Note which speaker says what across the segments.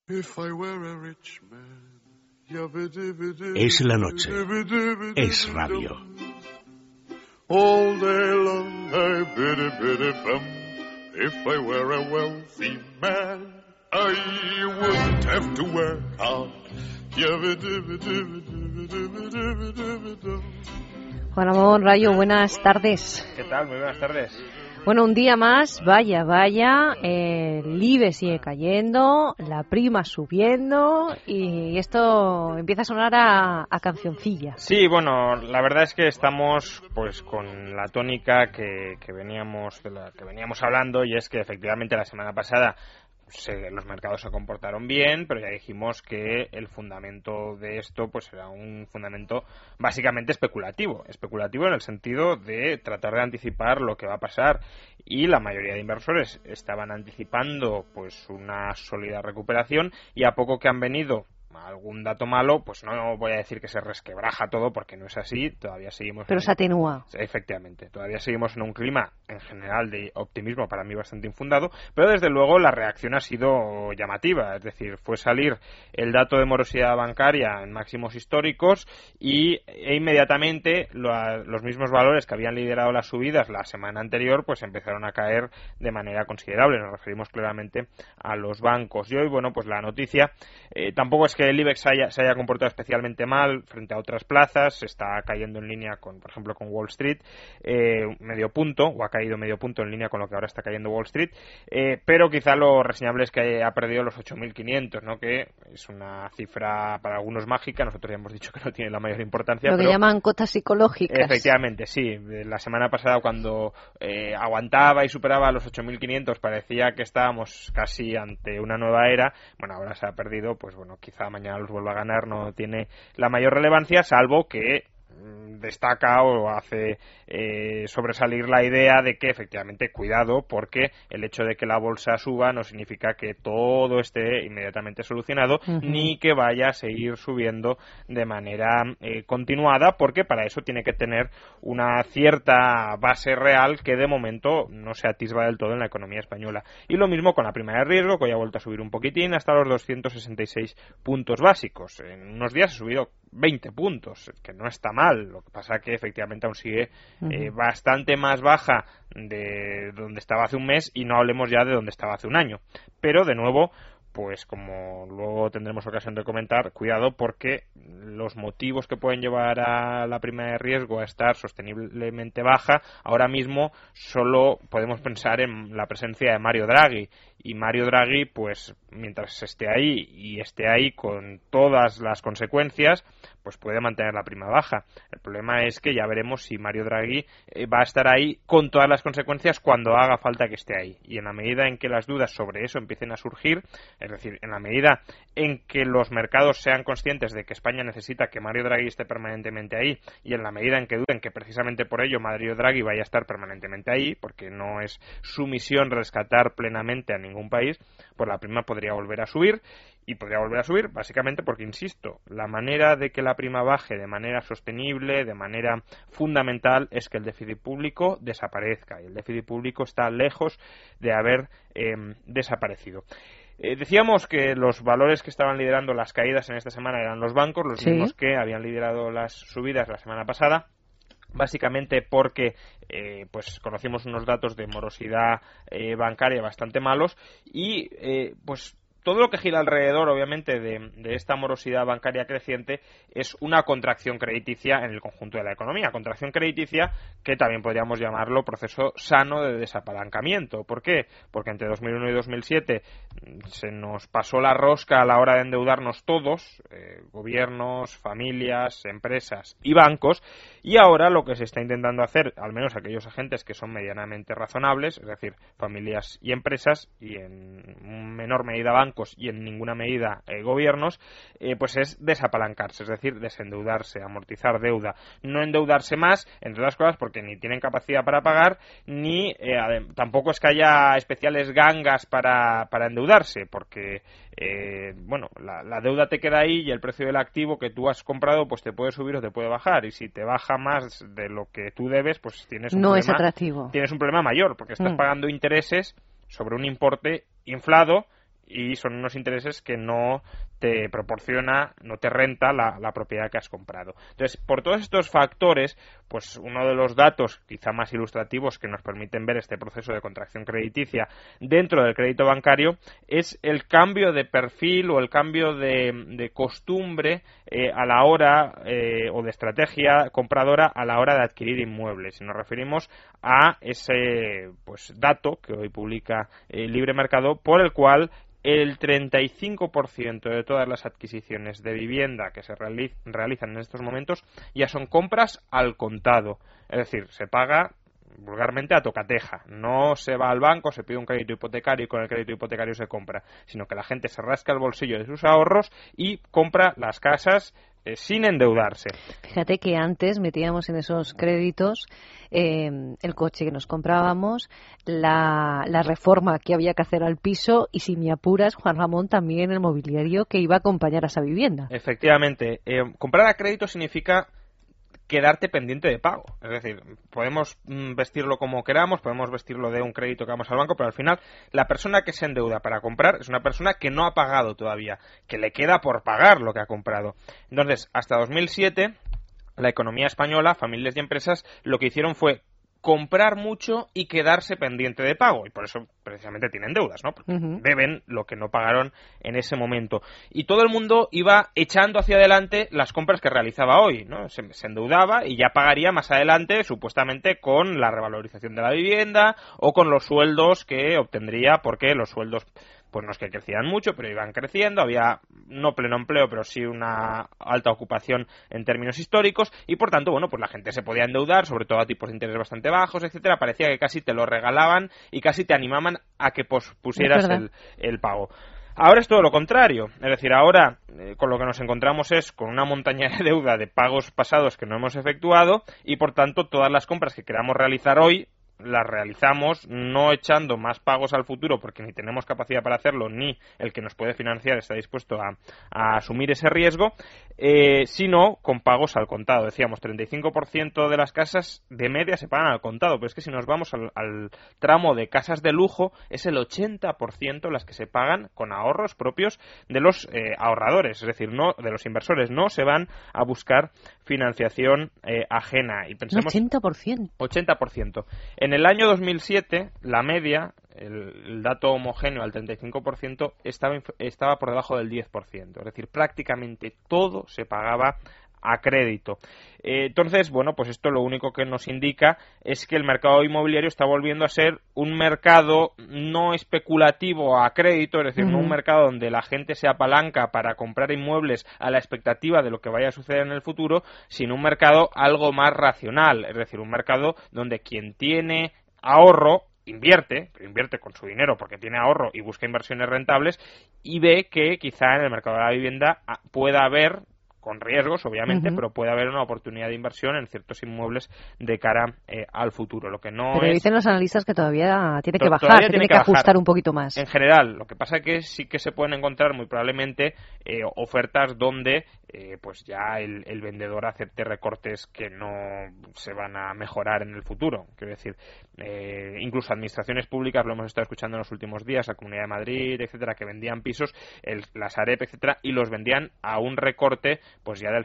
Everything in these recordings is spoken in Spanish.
Speaker 1: Es la noche. Es radio.
Speaker 2: All day long I biddy biddy bum. If I were a wealthy man, I wouldn't have to work hard.
Speaker 3: Juan Ramón Rayo, buenas tardes.
Speaker 4: ¿Qué tal? Muy buenas tardes.
Speaker 3: Bueno, un día más, vaya, el IBE sigue cayendo, la prima subiendo y esto empieza a sonar a cancioncilla.
Speaker 4: Sí, bueno, la verdad es que estamos pues con la tónica que veníamos hablando, y es que efectivamente la semana pasada los mercados se comportaron bien, pero ya dijimos que el fundamento de esto pues era un fundamento básicamente especulativo en el sentido de tratar de anticipar lo que va a pasar, y la mayoría de inversores estaban anticipando pues una sólida recuperación, y a poco que han venido algún dato malo, pues no voy a decir que se resquebraja todo, porque no es así, todavía seguimos...
Speaker 3: Pero se atenúa.
Speaker 4: Efectivamente, todavía seguimos en un clima, en general, de optimismo, para mí bastante infundado, pero desde luego la reacción ha sido llamativa, es decir, fue salir el dato de morosidad bancaria en máximos históricos e inmediatamente los mismos valores que habían liderado las subidas la semana anterior, pues empezaron a caer de manera considerable. Nos referimos claramente a los bancos. Y hoy, bueno, pues la noticia tampoco es que el IBEX se haya comportado especialmente mal frente a otras plazas, está cayendo en línea con, por ejemplo, con Wall Street, medio punto, o ha caído medio punto en línea con lo que ahora está cayendo Wall Street, pero quizá lo reseñable es que ha perdido los 8.500, ¿no? Que es una cifra para algunos mágica, nosotros ya hemos dicho que no tiene la mayor importancia.
Speaker 3: Lo que llaman cotas psicológicas.
Speaker 4: Efectivamente, sí. La semana pasada, cuando aguantaba y superaba los 8.500, parecía que estábamos casi ante una nueva era. Bueno, ahora se ha perdido, pues bueno, quizá mañana los vuelva a ganar, no tiene la mayor relevancia, salvo que destaca o hace sobresalir la idea de que efectivamente cuidado, porque el hecho de que la bolsa suba no significa que todo esté inmediatamente solucionado, ni que vaya a seguir subiendo de manera continuada, porque para eso tiene que tener una cierta base real que de momento no se atisba del todo en la economía española. Y lo mismo con la prima de riesgo, que hoy ha vuelto a subir un poquitín hasta los 266 puntos básicos. En unos días ha subido 20 puntos, que no está mal. Lo que pasa que efectivamente aún sigue bastante más baja de donde estaba hace un mes, y no hablemos ya de donde estaba hace un año. Pero de nuevo, pues como luego tendremos ocasión de comentar, cuidado, porque los motivos que pueden llevar a la prima de riesgo a estar sosteniblemente baja, ahora mismo solo podemos pensar en la presencia de Mario Draghi. Y Mario Draghi, pues mientras esté ahí con todas las consecuencias, pues puede mantener la prima baja. El problema es que ya veremos si Mario Draghi va a estar ahí con todas las consecuencias cuando haga falta que esté ahí. Y en la medida en que las dudas sobre eso empiecen a surgir, es decir, en la medida en que los mercados sean conscientes de que España necesita que Mario Draghi esté permanentemente ahí, y en la medida en que duden que precisamente por ello Mario Draghi vaya a estar permanentemente ahí, porque no es su misión rescatar plenamente a ningún país, pues la prima podría volver a subir. Y podría volver a subir básicamente porque, insisto, la manera de que la prima baje de manera sostenible, de manera fundamental, es que el déficit público desaparezca. Y el déficit público está lejos de haber desaparecido. Decíamos que los valores que estaban liderando las caídas en esta semana eran los bancos, los mismos que habían liderado las subidas la semana pasada. Básicamente porque pues conocimos unos datos de morosidad bancaria bastante malos, y pues todo lo que gira alrededor, obviamente, de esta morosidad bancaria creciente es una contracción crediticia en el conjunto de la economía. Contracción crediticia que también podríamos llamarlo proceso sano de desapalancamiento. ¿Por qué? Porque entre 2001 y 2007 se nos pasó la rosca a la hora de endeudarnos todos, gobiernos, familias, empresas y bancos, y ahora lo que se está intentando hacer, al menos aquellos agentes que son medianamente razonables, es decir, familias y empresas, y en menor medida bancos, y en ninguna medida gobiernos, pues es desapalancarse, es decir, desendeudarse, amortizar deuda, no endeudarse más, entre otras cosas porque ni tienen capacidad para pagar, ni tampoco es que haya especiales gangas para endeudarse, porque bueno, la deuda te queda ahí, y el precio del activo que tú has comprado pues te puede subir o te puede bajar, y si te baja más de lo que tú debes, pues tienes un problema,
Speaker 3: es atractivo.
Speaker 4: Tienes un problema mayor, porque estás pagando intereses sobre un importe inflado, y son unos intereses que no te proporciona, no te renta la propiedad que has comprado. Entonces, por todos estos factores, pues uno de los datos quizá más ilustrativos que nos permiten ver este proceso de contracción crediticia dentro del crédito bancario es el cambio de perfil o el cambio de costumbre a la hora o de estrategia compradora a la hora de adquirir inmuebles. Y nos referimos a ese dato que hoy publica Libre Mercado, por el cual el 35% de todas las adquisiciones de vivienda que se realizan en estos momentos ya son compras al contado. Es decir, se paga vulgarmente a tocateja. No se va al banco, se pide un crédito hipotecario y con el crédito hipotecario se compra, sino que la gente se rasca el bolsillo de sus ahorros y compra las casas sin endeudarse.
Speaker 3: Fíjate que antes metíamos en esos créditos el coche que nos comprábamos, la reforma que había que hacer al piso y, si me apuras, Juan Ramón, también el mobiliario que iba a acompañar a esa vivienda.
Speaker 4: Efectivamente. Comprar a crédito significa quedarte pendiente de pago. Es decir, podemos vestirlo como queramos, podemos vestirlo de un crédito que vamos al banco, pero al final la persona que se endeuda para comprar es una persona que no ha pagado todavía, que le queda por pagar lo que ha comprado. Entonces, hasta 2007, la economía española, familias y empresas, lo que hicieron fue comprar mucho y quedarse pendiente de pago, y por eso precisamente tienen deudas, ¿no? Porque deben lo que no pagaron en ese momento. Y todo el mundo iba echando hacia adelante las compras que realizaba hoy, ¿no? Se endeudaba y ya pagaría más adelante, supuestamente con la revalorización de la vivienda o con los sueldos que obtendría, porque los sueldos pues no es que crecían mucho, pero iban creciendo, había no pleno empleo, pero sí una alta ocupación en términos históricos, y por tanto, bueno, pues la gente se podía endeudar, sobre todo a tipos de interés bastante bajos, etcétera. Parecía que casi te lo regalaban y casi te animaban a que pusieras el pago. Ahora es todo lo contrario, es decir, ahora con lo que nos encontramos es con una montaña de deuda de pagos pasados que no hemos efectuado, y por tanto todas las compras que queramos realizar hoy las realizamos no echando más pagos al futuro, porque ni tenemos capacidad para hacerlo, ni el que nos puede financiar está dispuesto a asumir ese riesgo, sino con pagos al contado. Decíamos, 35% de las casas de media se pagan al contado, pero es que si nos vamos al tramo de casas de lujo, es el 80% las que se pagan con ahorros propios de los ahorradores, es decir, no de los inversores. No se van a buscar financiación ajena. Y pensemos,
Speaker 3: 80%.
Speaker 4: 80%. En el año 2007, la media, el dato homogéneo al 35%, estaba por debajo del 10%. Es decir, prácticamente todo se pagaba a crédito. Entonces, bueno, pues esto lo único que nos indica es que el mercado inmobiliario está volviendo a ser un mercado no especulativo a crédito, es decir, no un mercado donde la gente se apalanca para comprar inmuebles a la expectativa de lo que vaya a suceder en el futuro, sino un mercado algo más racional, es decir, un mercado donde quien tiene ahorro invierte con su dinero porque tiene ahorro y busca inversiones rentables, y ve que quizá en el mercado de la vivienda pueda haber, con riesgos obviamente, pero puede haber una oportunidad de inversión en ciertos inmuebles de cara al futuro. Lo que no
Speaker 3: pero
Speaker 4: es...
Speaker 3: dicen los analistas que todavía tiene que bajar, que tiene que ajustar un poquito más.
Speaker 4: En general, lo que pasa es que sí que se pueden encontrar muy probablemente ofertas donde pues ya el vendedor acepte recortes que no se van a mejorar en el futuro. Quiero decir, incluso administraciones públicas, lo hemos estado escuchando en los últimos días, la Comunidad de Madrid, etcétera, que vendían pisos, la Sareb, etcétera, y los vendían a un recorte pues ya del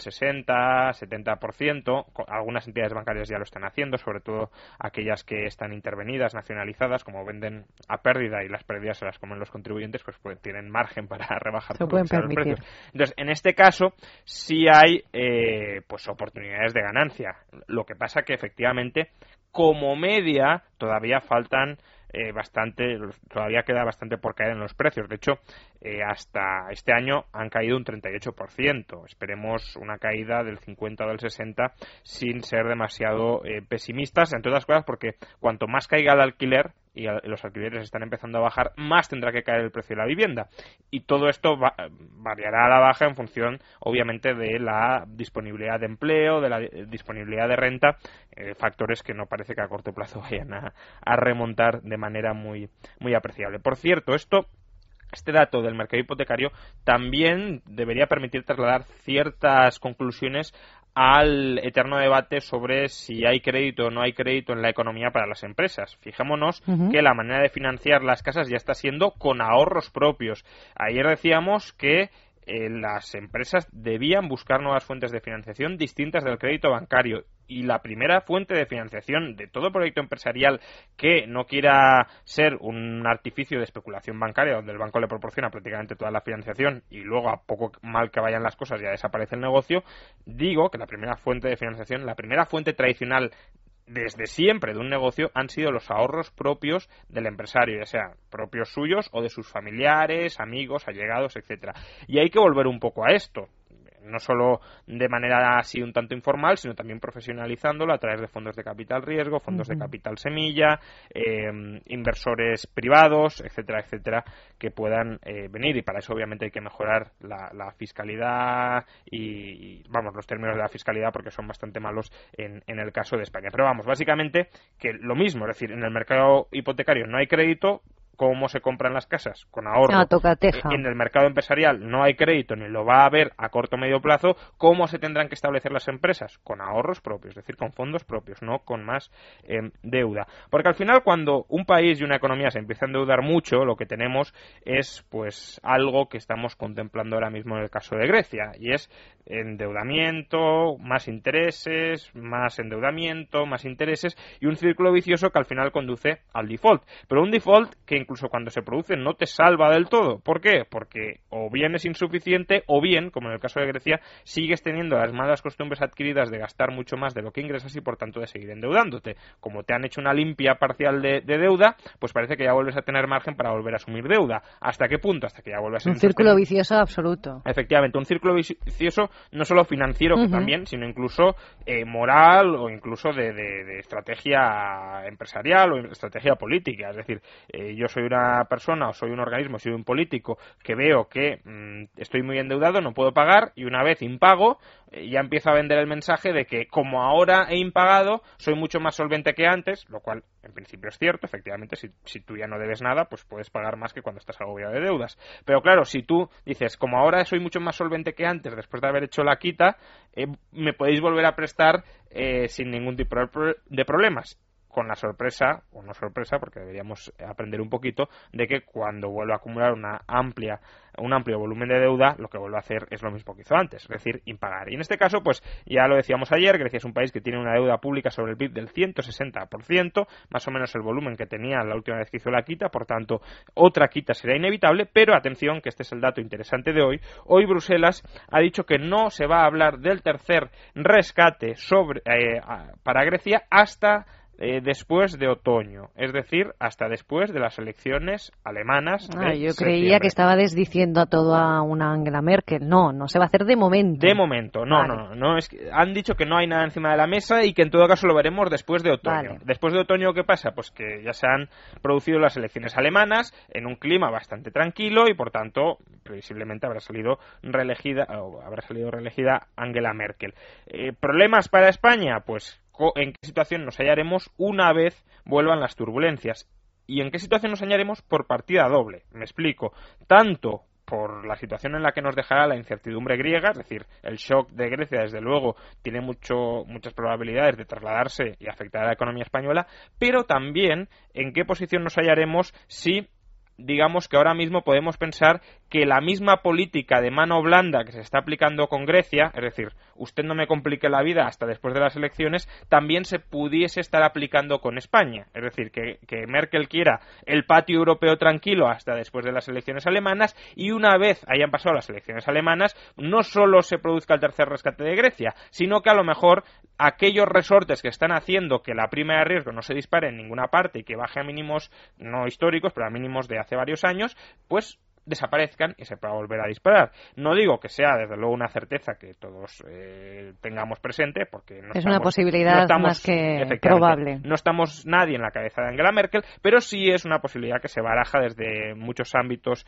Speaker 4: 60-70%. Algunas entidades bancarias ya lo están haciendo, sobre todo aquellas que están intervenidas, nacionalizadas, como venden a pérdida y las pérdidas se las comen los contribuyentes, pues tienen margen para rebajar
Speaker 3: los precios.
Speaker 4: Entonces, en este caso sí hay pues oportunidades de ganancia. Lo que pasa que efectivamente, como media, todavía faltan todavía queda bastante por caer en los precios. De hecho, hasta este año han caído un 38%. Esperemos una caída del 50 o del 60 sin ser demasiado pesimistas, entre otras cosas porque cuanto más caiga el alquiler, y los alquileres están empezando a bajar, más tendrá que caer el precio de la vivienda. Y todo esto variará a la baja en función, obviamente, de la disponibilidad de empleo, de la disponibilidad de renta, factores que no parece que a corto plazo vayan a remontar de manera muy, muy apreciable. Por cierto, este dato del mercado hipotecario también debería permitir trasladar ciertas conclusiones al eterno debate sobre si hay crédito o no hay crédito en la economía para las empresas. Fijémonos que la manera de financiar las casas ya está siendo con ahorros propios. Ayer decíamos que las empresas debían buscar nuevas fuentes de financiación distintas del crédito bancario, y la primera fuente de financiación de todo proyecto empresarial que no quiera ser un artificio de especulación bancaria donde el banco le proporciona prácticamente toda la financiación y luego a poco mal que vayan las cosas ya desaparece el negocio, digo que la primera fuente de financiación, la primera fuente tradicional desde siempre de un negocio han sido los ahorros propios del empresario, ya sea propios suyos o de sus familiares, amigos, allegados, etcétera. Y hay que volver un poco a esto, no solo de manera así un tanto informal, sino también profesionalizándolo a través de fondos de capital riesgo, fondos de capital semilla, inversores privados, etcétera, etcétera, que puedan venir, y para eso obviamente hay que mejorar la fiscalidad y vamos, los términos de la fiscalidad, porque son bastante malos en el caso de España. Pero vamos, básicamente que lo mismo, es decir, en el mercado hipotecario no hay crédito. ¿Cómo se compran las casas? Con ahorro. En el mercado empresarial no hay crédito ni lo va a haber a corto o medio plazo. ¿Cómo se tendrán que establecer las empresas? Con ahorros propios, es decir, con fondos propios, no con más deuda. Porque al final, cuando un país y una economía se empieza a endeudar mucho, lo que tenemos es pues algo que estamos contemplando ahora mismo en el caso de Grecia, y es endeudamiento, más intereses, más endeudamiento, más intereses, y un círculo vicioso que al final conduce al default. Pero un default que incluso cuando se produce no te salva del todo. ¿Por qué? Porque o bien es insuficiente o bien, como en el caso de Grecia, sigues teniendo las malas costumbres adquiridas de gastar mucho más de lo que ingresas y por tanto de seguir endeudándote. Como te han hecho una limpia parcial de deuda, pues parece que ya vuelves a tener margen para volver a asumir deuda. ¿Hasta qué punto? Hasta que ya vuelves a ser
Speaker 3: un círculo vicioso absoluto.
Speaker 4: Efectivamente, un círculo vicioso no solo financiero, que también, sino incluso moral o incluso de estrategia empresarial o estrategia política. Es decir, yo soy una persona o soy un organismo, soy un político que veo que estoy muy endeudado, no puedo pagar, y una vez impago ya empiezo a vender el mensaje de que como ahora he impagado soy mucho más solvente que antes, lo cual en principio es cierto. Efectivamente, si tú ya no debes nada, pues puedes pagar más que cuando estás agobiado de deudas. Pero claro, si tú dices, como ahora soy mucho más solvente que antes después de haber hecho la quita, me podéis volver a prestar sin ningún tipo de problemas. Con la sorpresa, o no sorpresa, porque deberíamos aprender un poquito, de que cuando vuelva a acumular un amplio volumen de deuda, lo que vuelve a hacer es lo mismo que hizo antes, es decir, impagar. Y en este caso, pues ya lo decíamos ayer, Grecia es un país que tiene una deuda pública sobre el PIB del 160%, más o menos el volumen que tenía la última vez que hizo la quita, por tanto, otra quita será inevitable, pero atención, que este es el dato interesante de hoy. Hoy Bruselas ha dicho que no se va a hablar del tercer rescate para Grecia hasta después de otoño, es decir, hasta después de las elecciones alemanas de
Speaker 3: yo creía
Speaker 4: septiembre.
Speaker 3: Que estaba desdiciendo a todo a una Angela Merkel. No se va a hacer de momento.
Speaker 4: De momento, no, es que han dicho que no hay nada encima de la mesa y que en todo caso lo veremos después de otoño. Después de otoño, ¿qué pasa? Pues que ya se han producido las elecciones alemanas en un clima bastante tranquilo y por tanto, previsiblemente habrá salido reelegida Angela Merkel. ¿Problemas para España? Pues ¿en qué situación nos hallaremos una vez vuelvan las turbulencias? ¿Y en qué situación nos hallaremos? Por partida doble. Me explico. Tanto por la situación en la que nos dejará la incertidumbre griega, es decir, el shock de Grecia, desde luego, tiene muchas probabilidades de trasladarse y afectar a la economía española, pero también en qué posición nos hallaremos si digamos que ahora mismo podemos pensar que la misma política de mano blanda que se está aplicando con Grecia, es decir, usted no me complique la vida hasta después de las elecciones, también se pudiese estar aplicando con España. Es decir, que Merkel quiera el patio europeo tranquilo hasta después de las elecciones alemanas, y una vez hayan pasado las elecciones alemanas, no solo se produzca el tercer rescate de Grecia, sino que a lo mejor aquellos resortes que están haciendo que la prima de riesgo no se dispare en ninguna parte y que baje a mínimos no históricos, pero a mínimos de hace varios años, pues desaparezcan y se pueda volver a disparar. No digo que sea desde luego una certeza que todos tengamos presente, porque
Speaker 3: es una posibilidad más que probable.
Speaker 4: No estamos nadie en la cabeza de Angela Merkel, pero sí es una posibilidad que se baraja desde muchos ámbitos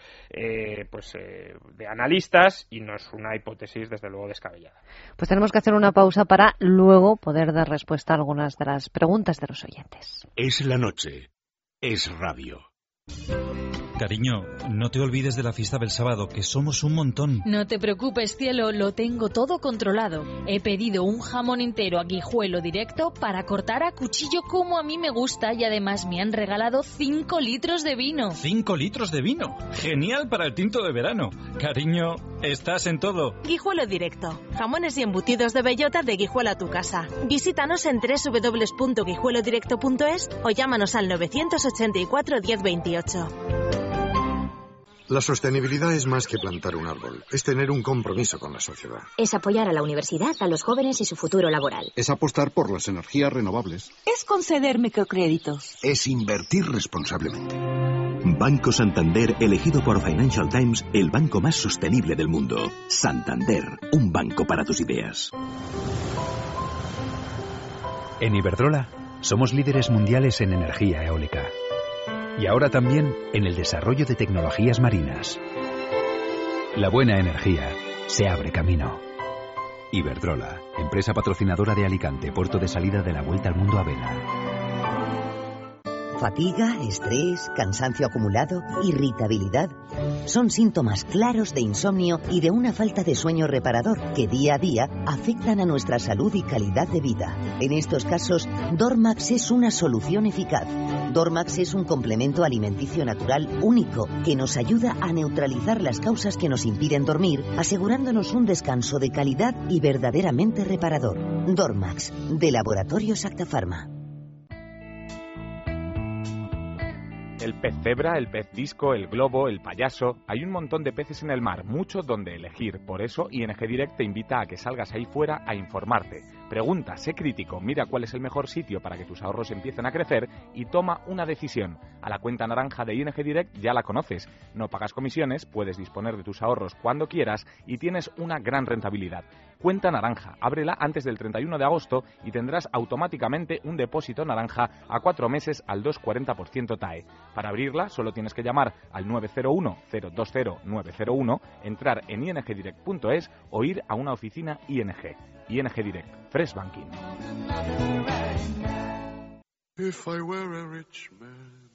Speaker 4: de analistas, y no es una hipótesis desde luego descabellada.
Speaker 3: Pues tenemos que hacer una pausa para luego poder dar respuesta a algunas de las preguntas de los oyentes.
Speaker 1: Es la noche, es radio.
Speaker 5: Cariño, no te olvides de la fiesta del sábado, que somos un montón.
Speaker 6: No te preocupes, cielo, lo tengo todo controlado. He pedido un jamón entero a Guijuelo directo para cortar a cuchillo como a mí me gusta y además me han regalado 5 litros de vino.
Speaker 5: ¿5 litros de vino? Genial para el tinto de verano. Cariño, estás en todo.
Speaker 7: Guijuelo directo. Jamones y embutidos de bellota de Guijuelo a tu casa. Visítanos en www.guijuelodirecto.es o llámanos al 984 1028.
Speaker 8: La sostenibilidad es más que plantar un árbol, es tener un compromiso con la sociedad.
Speaker 9: Es apoyar a la universidad, a los jóvenes y su futuro laboral.
Speaker 10: Es apostar por las energías renovables.
Speaker 11: Es conceder microcréditos.
Speaker 12: Es invertir responsablemente. Banco Santander, elegido por Financial Times, el banco más sostenible del mundo. Santander, un banco para tus ideas.
Speaker 13: En Iberdrola, somos líderes mundiales en energía eólica. Y ahora también en el desarrollo de tecnologías marinas. La buena energía se abre camino. Iberdrola, empresa patrocinadora de Alicante, puerto de salida de la Vuelta al Mundo a vela.
Speaker 14: Fatiga, estrés, cansancio acumulado, irritabilidad. Son síntomas claros de insomnio y de una falta de sueño reparador que día a día afectan a nuestra salud y calidad de vida. En estos casos, Dormax es una solución eficaz. Dormax es un complemento alimenticio natural único que nos ayuda a neutralizar las causas que nos impiden dormir, asegurándonos un descanso de calidad y verdaderamente reparador. Dormax, de Laboratorios Acta Pharma.
Speaker 15: El pez cebra, el pez disco, el globo, el payaso... Hay un montón de peces en el mar, muchos donde elegir. Por eso, ING Direct te invita a que salgas ahí fuera a informarte. Pregunta, sé crítico, mira cuál es el mejor sitio para que tus ahorros empiecen a crecer y toma una decisión. A la cuenta naranja de ING Direct ya la conoces. No pagas comisiones, puedes disponer de tus ahorros cuando quieras y tienes una gran rentabilidad. Cuenta naranja, ábrela antes del 31 de agosto y tendrás automáticamente un depósito naranja a 4 meses al 2,40% TAE. Para abrirla solo tienes que llamar al 901-020-901, entrar en ingdirect.es o ir a una oficina ING. ING Direct, Fresh Banking.
Speaker 2: If I were a rich man,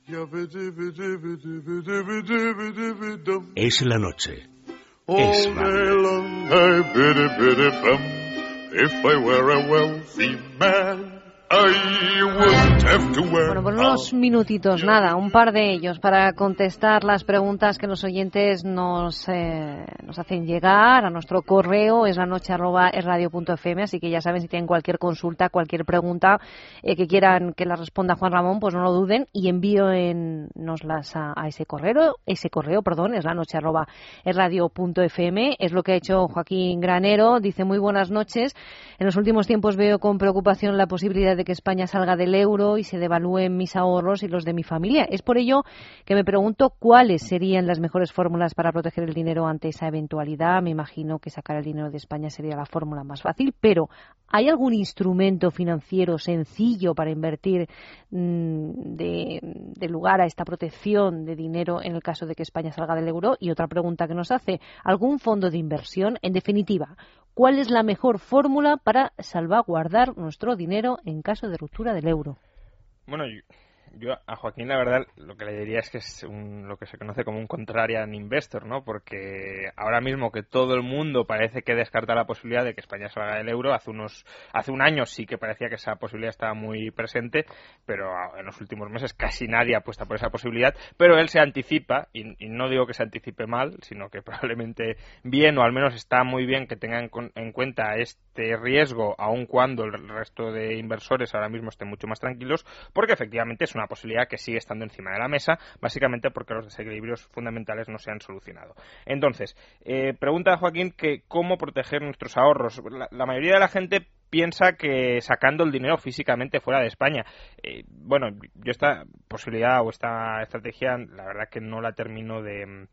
Speaker 1: es la noche.
Speaker 2: All day long I biddy biddy bum. If I were a wealthy man, I wouldn't have to wear.
Speaker 3: Bueno, por unos minutitos, nada, un par de ellos para contestar las preguntas que los oyentes nos hacen llegar a nuestro correo, eslanoche@esradio.fm, así que ya saben, si tienen cualquier consulta, cualquier pregunta que quieran que la responda Juan Ramón, pues no lo duden y envíennoslas a ese correo, eslanoche@esradio.fm. Es lo que ha hecho Joaquín Granero, dice: muy buenas noches. En los últimos tiempos veo con preocupación la posibilidad de que España salga del euro y se devalúen mis ahorros y los de mi familia. Es por ello que me pregunto cuáles serían las mejores fórmulas para proteger el dinero ante esa eventualidad. Me imagino que sacar el dinero de España sería la fórmula más fácil, pero ¿hay algún instrumento financiero sencillo para invertir de lugar a esta protección de dinero en el caso de que España salga del euro? Y otra pregunta que nos hace: ¿algún fondo de inversión? En definitiva, ¿cuál es la mejor fórmula para salvaguardar nuestro dinero en caso de ruptura del euro?
Speaker 4: Bueno, yo a Joaquín, la verdad, lo que le diría es que es lo que se conoce como un contrarian investor, ¿no? Porque ahora mismo que todo el mundo parece que descarta la posibilidad de que España salga del euro, hace un año sí que parecía que esa posibilidad estaba muy presente, pero en los últimos meses casi nadie apuesta por esa posibilidad, pero él se anticipa, y no digo que se anticipe mal, sino que probablemente bien, o al menos está muy bien que tengan en cuenta este riesgo, aun cuando el resto de inversores ahora mismo estén mucho más tranquilos, porque efectivamente es una posibilidad que sigue estando encima de la mesa, básicamente porque los desequilibrios fundamentales no se han solucionado. Entonces, pregunta Joaquín que cómo proteger nuestros ahorros. La mayoría de la gente piensa que sacando el dinero físicamente fuera de España. Bueno, yo esta posibilidad o esta estrategia, la verdad que no la termino de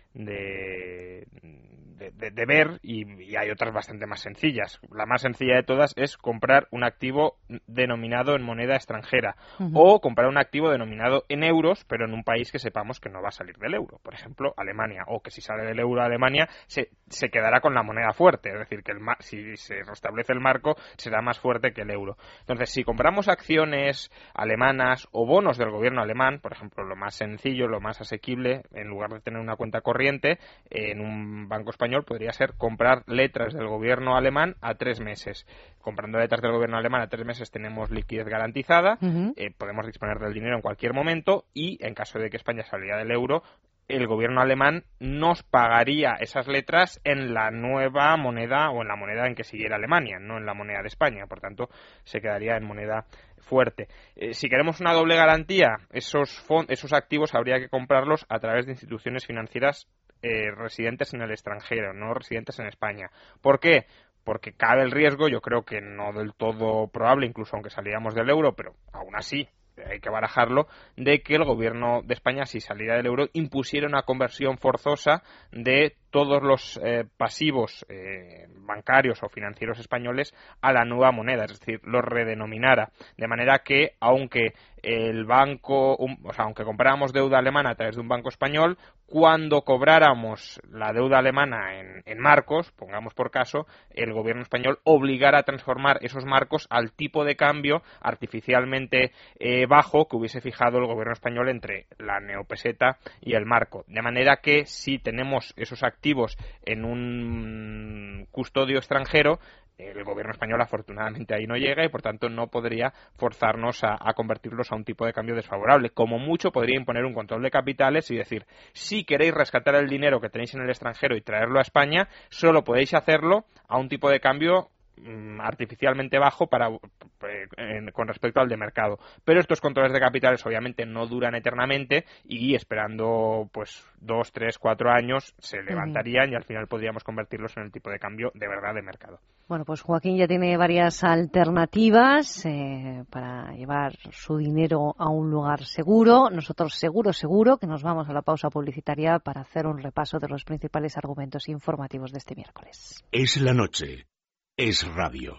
Speaker 4: ver, y hay otras bastante más sencillas. La más sencilla de todas es comprar un activo denominado en moneda extranjera, o comprar un activo denominado en euros, pero en un país que sepamos que no va a salir del euro, por ejemplo Alemania, o que si sale del euro Alemania se se quedará con la moneda fuerte, es decir, que si se restablece el marco será más fuerte que el euro. Entonces, si compramos acciones alemanas o bonos del gobierno alemán, por ejemplo, lo más sencillo, lo más asequible, en lugar de tener una cuenta corriente en un banco español, podría ser comprar letras del gobierno alemán a 3 meses. Comprando letras del gobierno alemán a 3 meses tenemos liquidez garantizada, podemos disponer del dinero en cualquier momento y, en caso de que España saliera del euro, el gobierno alemán nos pagaría esas letras en la nueva moneda o en la moneda en que siguiera Alemania, no en la moneda de España. Por tanto, se quedaría en moneda fuerte. Si queremos una doble garantía, esos activos habría que comprarlos a través de instituciones financieras residentes en el extranjero, no residentes en España. ¿Por qué? Porque cabe el riesgo, yo creo que no del todo probable, incluso aunque saliéramos del euro, pero aún así hay que barajarlo, de que el gobierno de España, si saliera del euro, impusiera una conversión forzosa de todos los pasivos bancarios o financieros españoles a la nueva moneda, es decir, los redenominara, de manera que aunque el banco, aunque compráramos deuda alemana a través de un banco español, cuando cobráramos la deuda alemana en marcos, pongamos por caso, el gobierno español obligara a transformar esos marcos al tipo de cambio artificialmente bajo que hubiese fijado el gobierno español entre la neopeseta y el marco. De manera que si tenemos esos activos en un custodio extranjero, el gobierno español afortunadamente ahí no llega y por tanto no podría forzarnos a convertirlos a un tipo de cambio desfavorable. Como mucho podría imponer un control de capitales y decir, si queréis rescatar el dinero que tenéis en el extranjero y traerlo a España, solo podéis hacerlo a un tipo de cambio artificialmente bajo con respecto al de mercado. Pero estos controles de capitales obviamente no duran eternamente y esperando 2, 3, 4 años se levantarían y al final podríamos convertirlos en el tipo de cambio de verdad de mercado.
Speaker 3: Bueno, pues Joaquín ya tiene varias alternativas para llevar su dinero a un lugar seguro. Nosotros seguro que nos vamos a la pausa publicitaria para hacer un repaso de los principales argumentos informativos de este miércoles.
Speaker 1: Es la noche. Es radio.